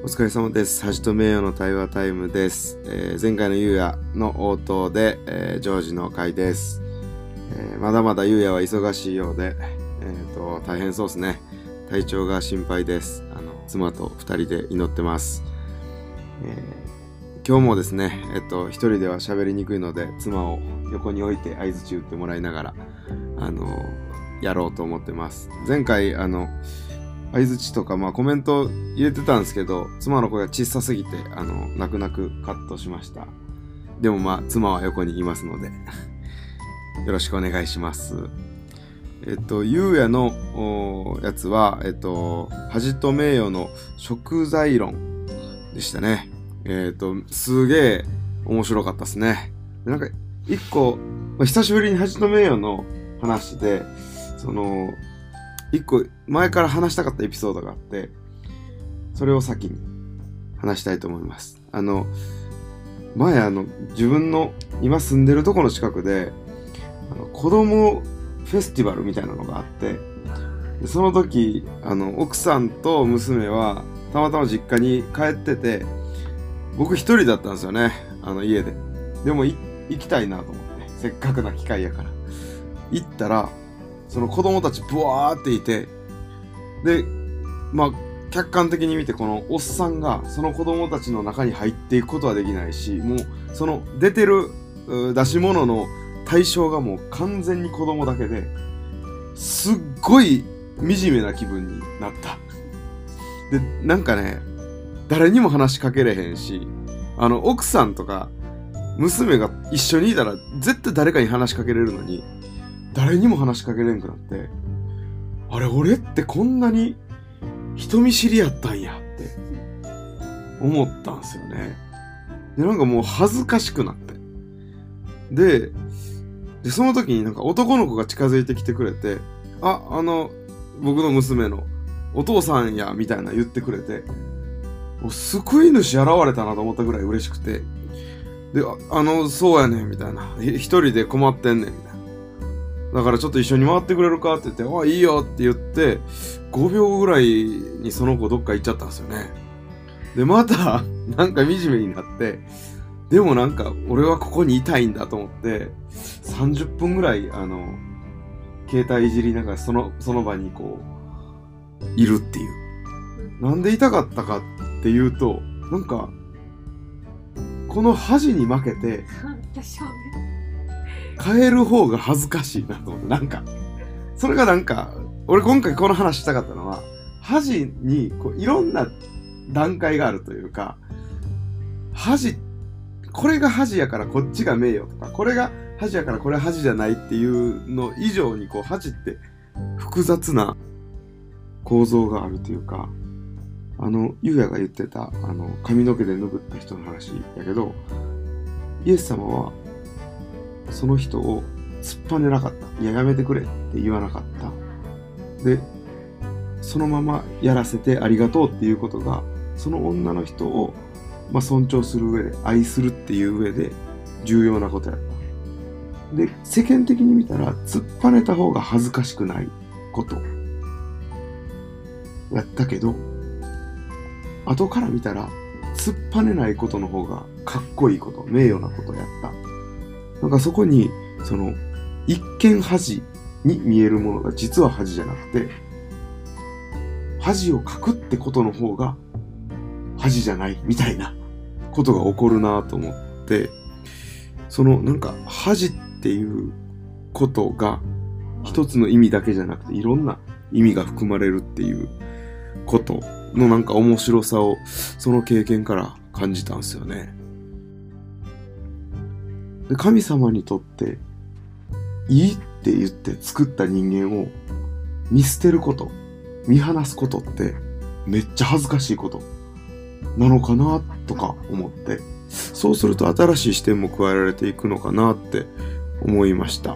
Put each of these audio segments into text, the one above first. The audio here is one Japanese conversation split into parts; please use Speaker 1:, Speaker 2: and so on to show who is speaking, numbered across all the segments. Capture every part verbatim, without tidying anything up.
Speaker 1: お疲れ様です。恥と名誉の対話タイムです。えー、前回のゆうやの応答で、えー、ジョージの回です。えー、まだまだゆうやは忙しいようで、えーと、大変そうですね。体調が心配です。あの、妻と二人で祈ってます。えー、今日もですね、えっと、一人では喋りにくいので、妻を横に置いて相槌打ってもらいながら、あの、やろうと思ってます。前回、あの、相槌とか、まあコメント入れてたんですけど、妻の声が小さすぎて、あの、泣く泣くカットしました。でもまあ、妻は横にいますので、よろしくお願いします。えっと、ゆうやのやつは、えっと、恥と名誉の食材論でしたね。えっと、すげえ面白かったですね。なんか、一個、まあ、久しぶりに恥と名誉の話で、その、一個前から話したかったエピソードがあって、それを先に話したいと思います。あの、前あの、自分の今住んでるとこの近くで、あの子供フェスティバルみたいなのがあって、でその時、あの、奥さんと娘はたまたま実家に帰ってて、僕一人だったんですよね、あの家で。でも行きたいなと思って、せっかくな機会やから。行ったら、その子供たちブワーっていて、で、まあ、客観的に見てこのおっさんがその子供たちの中に入っていくことはできないし、もうその出てる出し物の対象がもう完全に子供だけで、すっごい惨めな気分になった。で、なんかね、誰にも話しかけれへんし、あの、奥さんとか娘が一緒にいたら絶対誰かに話しかけれるのに、誰にも話しかけれんくなって、あれ、俺ってこんなに人見知りやったんやって思ったんですよね。で、なんかもう恥ずかしくなって。で、でその時になんか男の子が近づいてきてくれて、あ、あの、僕の娘のお父さんや、みたいな言ってくれて、救い主現れたなと思ったぐらい嬉しくて、で、あ、あの、そうやねん、みたいな。一人で困ってんねん、みたいな。だからちょっと一緒に回ってくれるかって言って、あ、いいよって言って、ごびょうぐらいにその子どっか行っちゃったんですよね。で、また、なんか惨めになって、でもなんか、俺はここにいたいんだと思って、さんじゅっぷんぐらい、あの、携帯いじりながらその、その場にこう、いるっていう。なんでいたかったかっていうと、なんか、この恥に負けて、変える方が恥ずかしいなと思って、なんか、それがなんか、俺今回この話したかったのは、恥にこういろんな段階があるというか、恥、これが恥やからこっちが名誉とか、これが恥やからこれは恥じゃないっていうの以上に、こう恥って複雑な構造があるというか、あの、ゆうやが言ってた、あの、髪の毛で拭った人の話やけど、イエス様は、その人を突っぱねなかった。いや、やめてくれって言わなかった。で、そのままやらせてありがとうっていうことが、その女の人を、まあ、尊重する上で、愛するっていう上で重要なことやった。で、世間的に見たら、突っぱねた方が恥ずかしくないことやったけど、後から見たら、突っぱねないことの方がかっこいいこと、名誉なことやった。なんかそこに、その、一見恥に見えるものが実は恥じゃなくて、恥をかくってことの方が恥じゃないみたいなことが起こるなと思って、そのなんか恥っていうことが一つの意味だけじゃなくていろんな意味が含まれるっていうことのなんか面白さをその経験から感じたんですよね。で、神様にとっていいって言って作った人間を見捨てること、見放すことってめっちゃ恥ずかしいことなのかなとか思って、そうすると新しい視点も加えられていくのかなって思いました。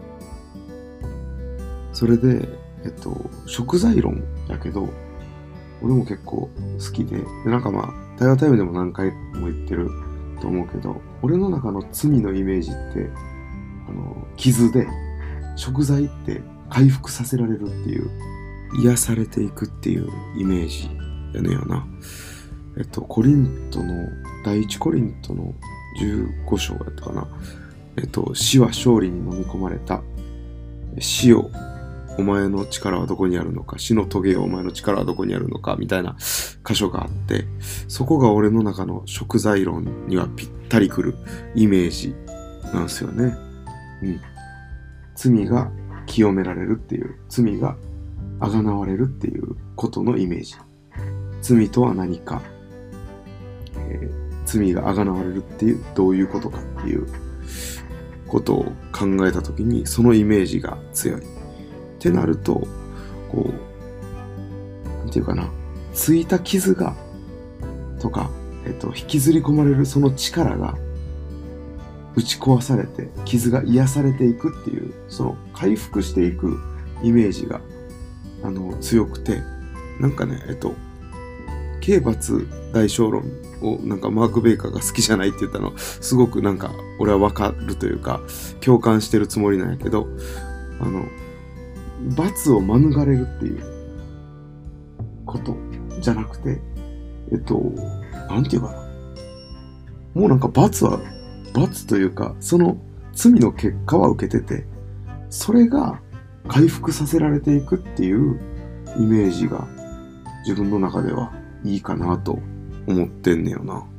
Speaker 1: それで、えっと、食材論やけど、俺も結構好きで、でなんかまあ、対話タイムでも何回も言ってると思うけど、俺の中の罪のイメージって、あの、傷で、食材って回復させられるっていう、癒されていくっていうイメージやねんよな。 えっと、コリントの、第一コリントのじゅうご章やったかな。えっと、死は勝利に飲み込まれた。死よ、お前の力はどこにあるのか。死の棘よ、お前の力はどこにあるのか。みたいな箇所があって、そこが俺の中の贖罪論にはぴったりくるイメージなんですよね。うん。罪が清められるっていう、罪が贖われるっていうことのイメージ。罪とは何か。えー、罪が贖われるっていうどういうことかっていうことを考えたときにそのイメージが強いってなると、こうなんていうかな、ついた傷がとか、えっと、引きずり込まれるその力が打ち壊されて傷が癒されていくっていう、その回復していくイメージがあの強くて、なんかね、えっと刑罰代償論をなんかマーク・ベイカーが好きじゃないって言ったのすごくなんか俺はわかるというか共感してるつもりなんやけど、あの罰を免れるっていうことじゃなくて、えっとなんていうかな、もうなんか罰は罰というかその罪の結果は受けてて、それが回復させられていくっていうイメージが自分の中ではいいかなと思ってんねよな。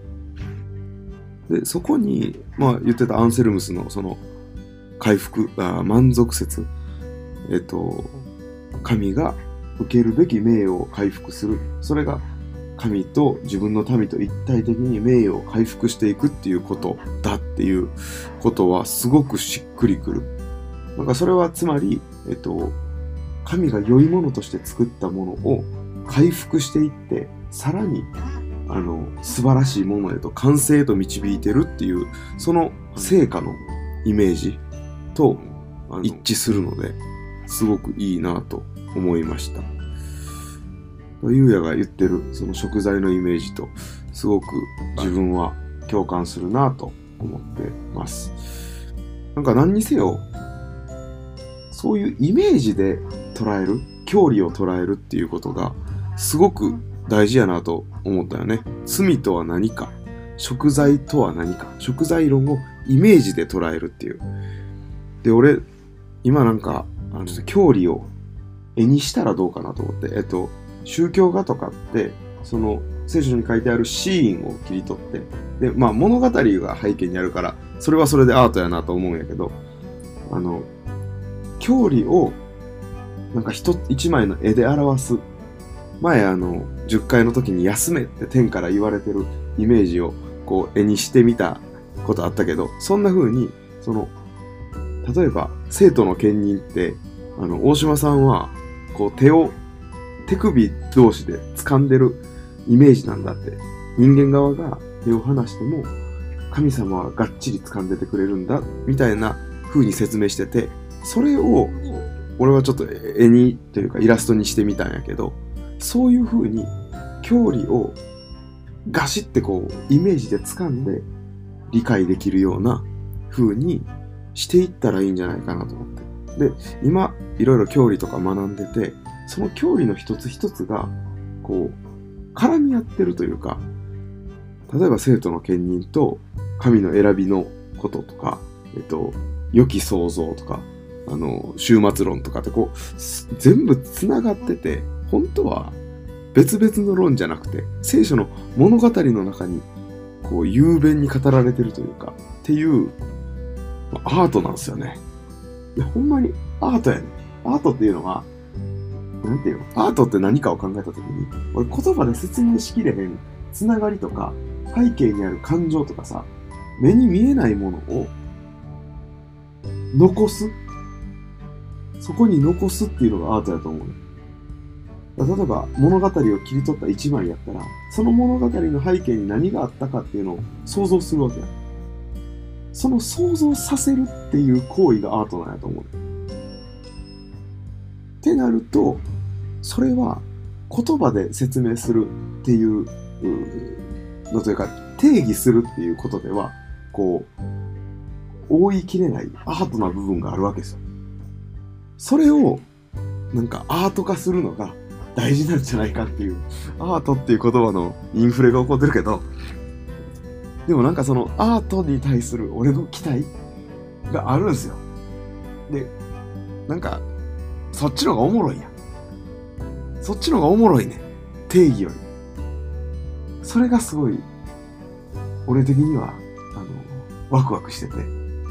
Speaker 1: で、そこに、まあ言ってたアンセルムスのその回復、あ満足説、えっと、神が受けるべき名誉を回復する。それが神と自分の民と一体的に名誉を回復していくっていうことだっていうことはすごくしっくりくる。なんかそれはつまり、えっと、神が良いものとして作ったものを回復していって、さらにあの素晴らしいものへと完成へと導いてるっていう、その成果のイメージと一致するので、すごくいいなと思いました。ゆうやが言ってるその贖罪のイメージとすごく自分は共感するなと思ってます。なんか何にせよ、そういうイメージで捉える、教理を捉えるっていうことがすごく大事やなと思ったよね。罪とは何か、贖罪とは何か、贖罪論をイメージで捉えるっていう。で、俺、今なんか、あの教理を絵にしたらどうかなと思って、えっと、宗教画とかって、その聖書に書いてあるシーンを切り取って、で、まあ物語が背景にあるから、それはそれでアートやなと思うんやけど、あの、教理をなんか一、一枚の絵で表す。前あの、じゅっかいの時に休めって天から言われてるイメージをこう絵にしてみたことあったけど、そんな風に、その、例えば生徒の兼任って、あの、大島さんは、こう手を、手首同士で掴んでるイメージなんだって。人間側が手を離しても、神様はがっちり掴んでてくれるんだ、みたいな風に説明してて、それを、俺はちょっと絵にというかイラストにしてみたんやけど、そういう風に教理をガシッてこうイメージで掴んで理解できるような風にしていったらいいんじゃないかなと思って。で、今いろいろ教理とか学んでて、その教理の一つ一つがこう絡み合ってるというか、例えば生徒の兼任と神の選びのこととか、えっと、良き創造とか、あの、終末論とかってこう、全部繋がってて、本当は別々の論じゃなくて、聖書の物語の中に、こう、雄弁に語られてるというか、っていう、アートなんですよね。いや、ほんまにアートやねん。アートっていうのは、なんていうの？アートって何かを考えたときに、俺言葉で説明しきれへん、繋がりとか、背景にある感情とかさ、目に見えないものを、残す。そこに残すっていうのがアートだと思う。例えば物語を切り取った一枚やったら、その物語の背景に何があったかっていうのを想像するわけや。その想像させるっていう行為がアートなんやと思う。ってなると、それは言葉で説明するっていうのというか、定義するっていうことでは、こう、覆いきれないアートな部分があるわけですよ。それをなんかアート化するのが大事なんじゃないかっていう、アートっていう言葉のインフレが起こってるけど、でもなんかそのアートに対する俺の期待があるんですよ。で、なんか、そっちの方がおもろいやん。そっちの方がおもろいね。定義より。それがすごい、俺的には、あの、ワクワクしてて。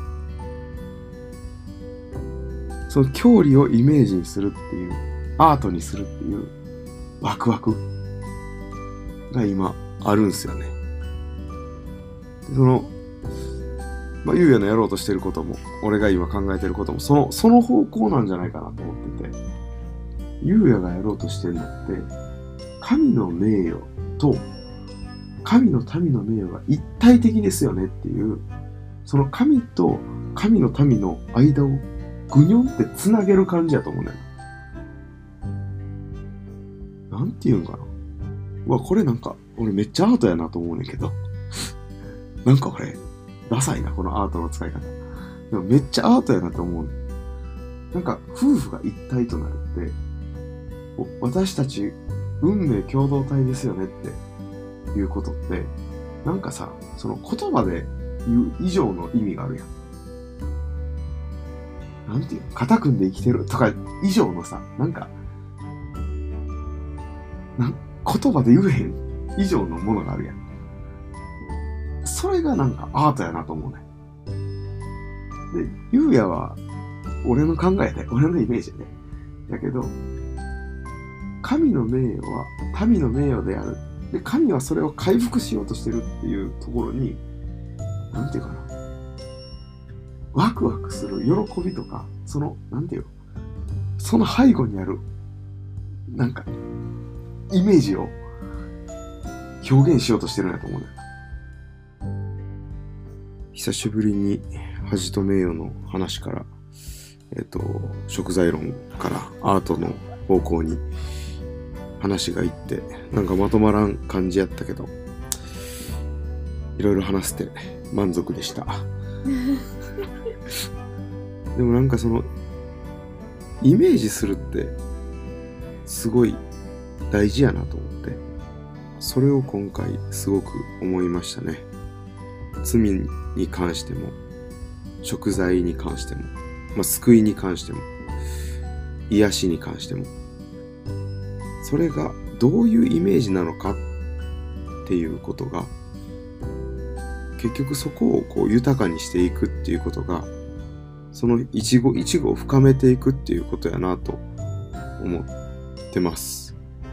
Speaker 1: その郷里をイメージにするっていう、アートにするっていうワクワクが今あるんすよね。でその、まあ、ゆうやのやろうとしてることも、俺が今考えてることも、その、その方向なんじゃないかなと思ってて、ゆうやがやろうとしてるのって、神の名誉と神の民の名誉が一体的ですよねっていう、その神と神の民の間をぐにょんってつなげる感じやと思うね。なんていうんかな。うわ、これなんか、俺めっちゃアートやなと思うねんけど。なんかこれ、ダサいな、このアートの使い方。でもめっちゃアートやなと思うねん。なんか、夫婦が一体となるって、私たち、運命共同体ですよねっていうことって、なんかさ、その言葉で言う以上の意味があるやん。なんていうの、肩組んで生きてるとか以上のさ、なんか、なん言葉で言えへん以上のものがあるやん。それがなんかアートやなと思うね。で、ゆうやは、俺の考えで、俺のイメージでね。だけど、神の名誉は民の名誉である。で、神はそれを回復しようとしてるっていうところに、なんていうかな。ワクワクする喜びとか、その、なんていうの、その背後にある、なんか、イメージを表現しようとしてるんやと思うね。久しぶりに恥と名誉の話から、えっと、食材論からアートの方向に話がいって、なんかまとまらん感じやったけど、いろいろ話して満足でした。でもなんかその、イメージするって、すごい大事やなと思って、それを今回すごく思いましたね。罪に関しても、食材に関しても、まあ、救いに関しても、癒しに関しても、それがどういうイメージなのかっていうことが、結局そこをこう豊かにしていくっていうことが、その一語一語を深めていくっていうことやなと思ってます。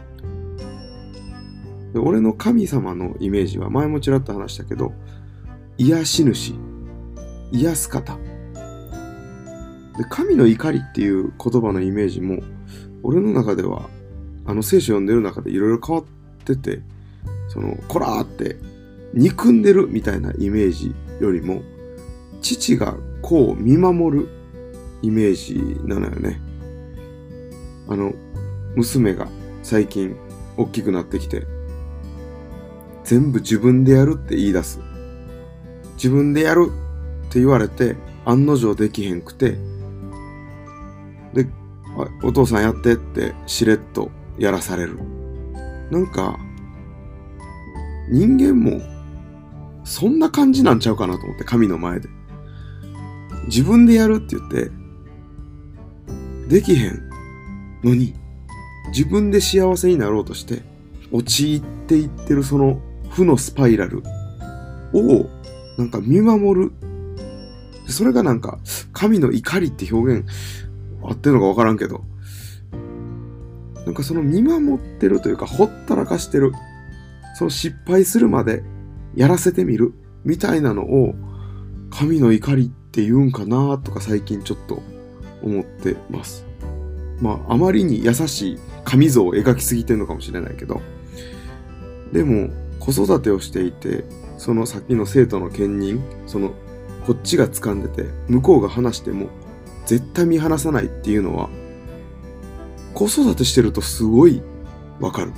Speaker 1: で、俺の神様のイメージは前もちらっと話したけど、癒し主、癒す方。で、神の怒りっていう言葉のイメージも、俺の中では、あの聖書読んでる中でいろいろ変わってて、その、こらーって憎んでるみたいなイメージよりも、父が子を見守るイメージなのよね。あの、娘が最近大きくなってきて、全部自分でやるって言い出す。自分でやるって言われて、案の定できへんくて、で、お父さんやってってしれっとやらされる。なんか、人間もそんな感じなんちゃうかなと思って、神の前で。自分でやるって言って、できへんのに、自分で幸せになろうとして、陥っていってるその負のスパイラルを、なんか見守る。それがなんか、神の怒りって表現合ってるのかわからんけど、なんかその見守ってるというか、ほったらかしてる。その失敗するまでやらせてみる。みたいなのを、神の怒りって言うんかなとか最近ちょっと思ってます。まあ、あまりに優しい神像を描きすぎてるのかもしれないけど、でも、子育てをしていて、そのさっきの生徒の兼任、その、こっちが掴んでて、向こうが離しても、絶対見放さないっていうのは、子育てしてるとすごいわかる。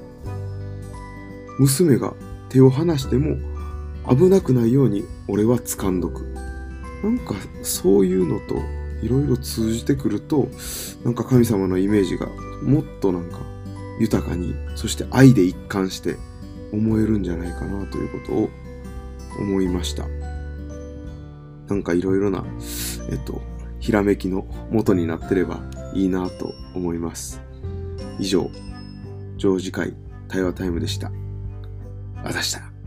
Speaker 1: 娘が手を離しても、危なくないように俺は掴んどく。なんか、そういうのと、いろいろ通じてくると、なんか神様のイメージがもっとなんか豊かに、そして愛で一貫して思えるんじゃないかなということを思いました。なんかいろいろな、えっと、ひらめきの元になってればいいなと思います。以上、ジョージ会対話タイムでした。あざした。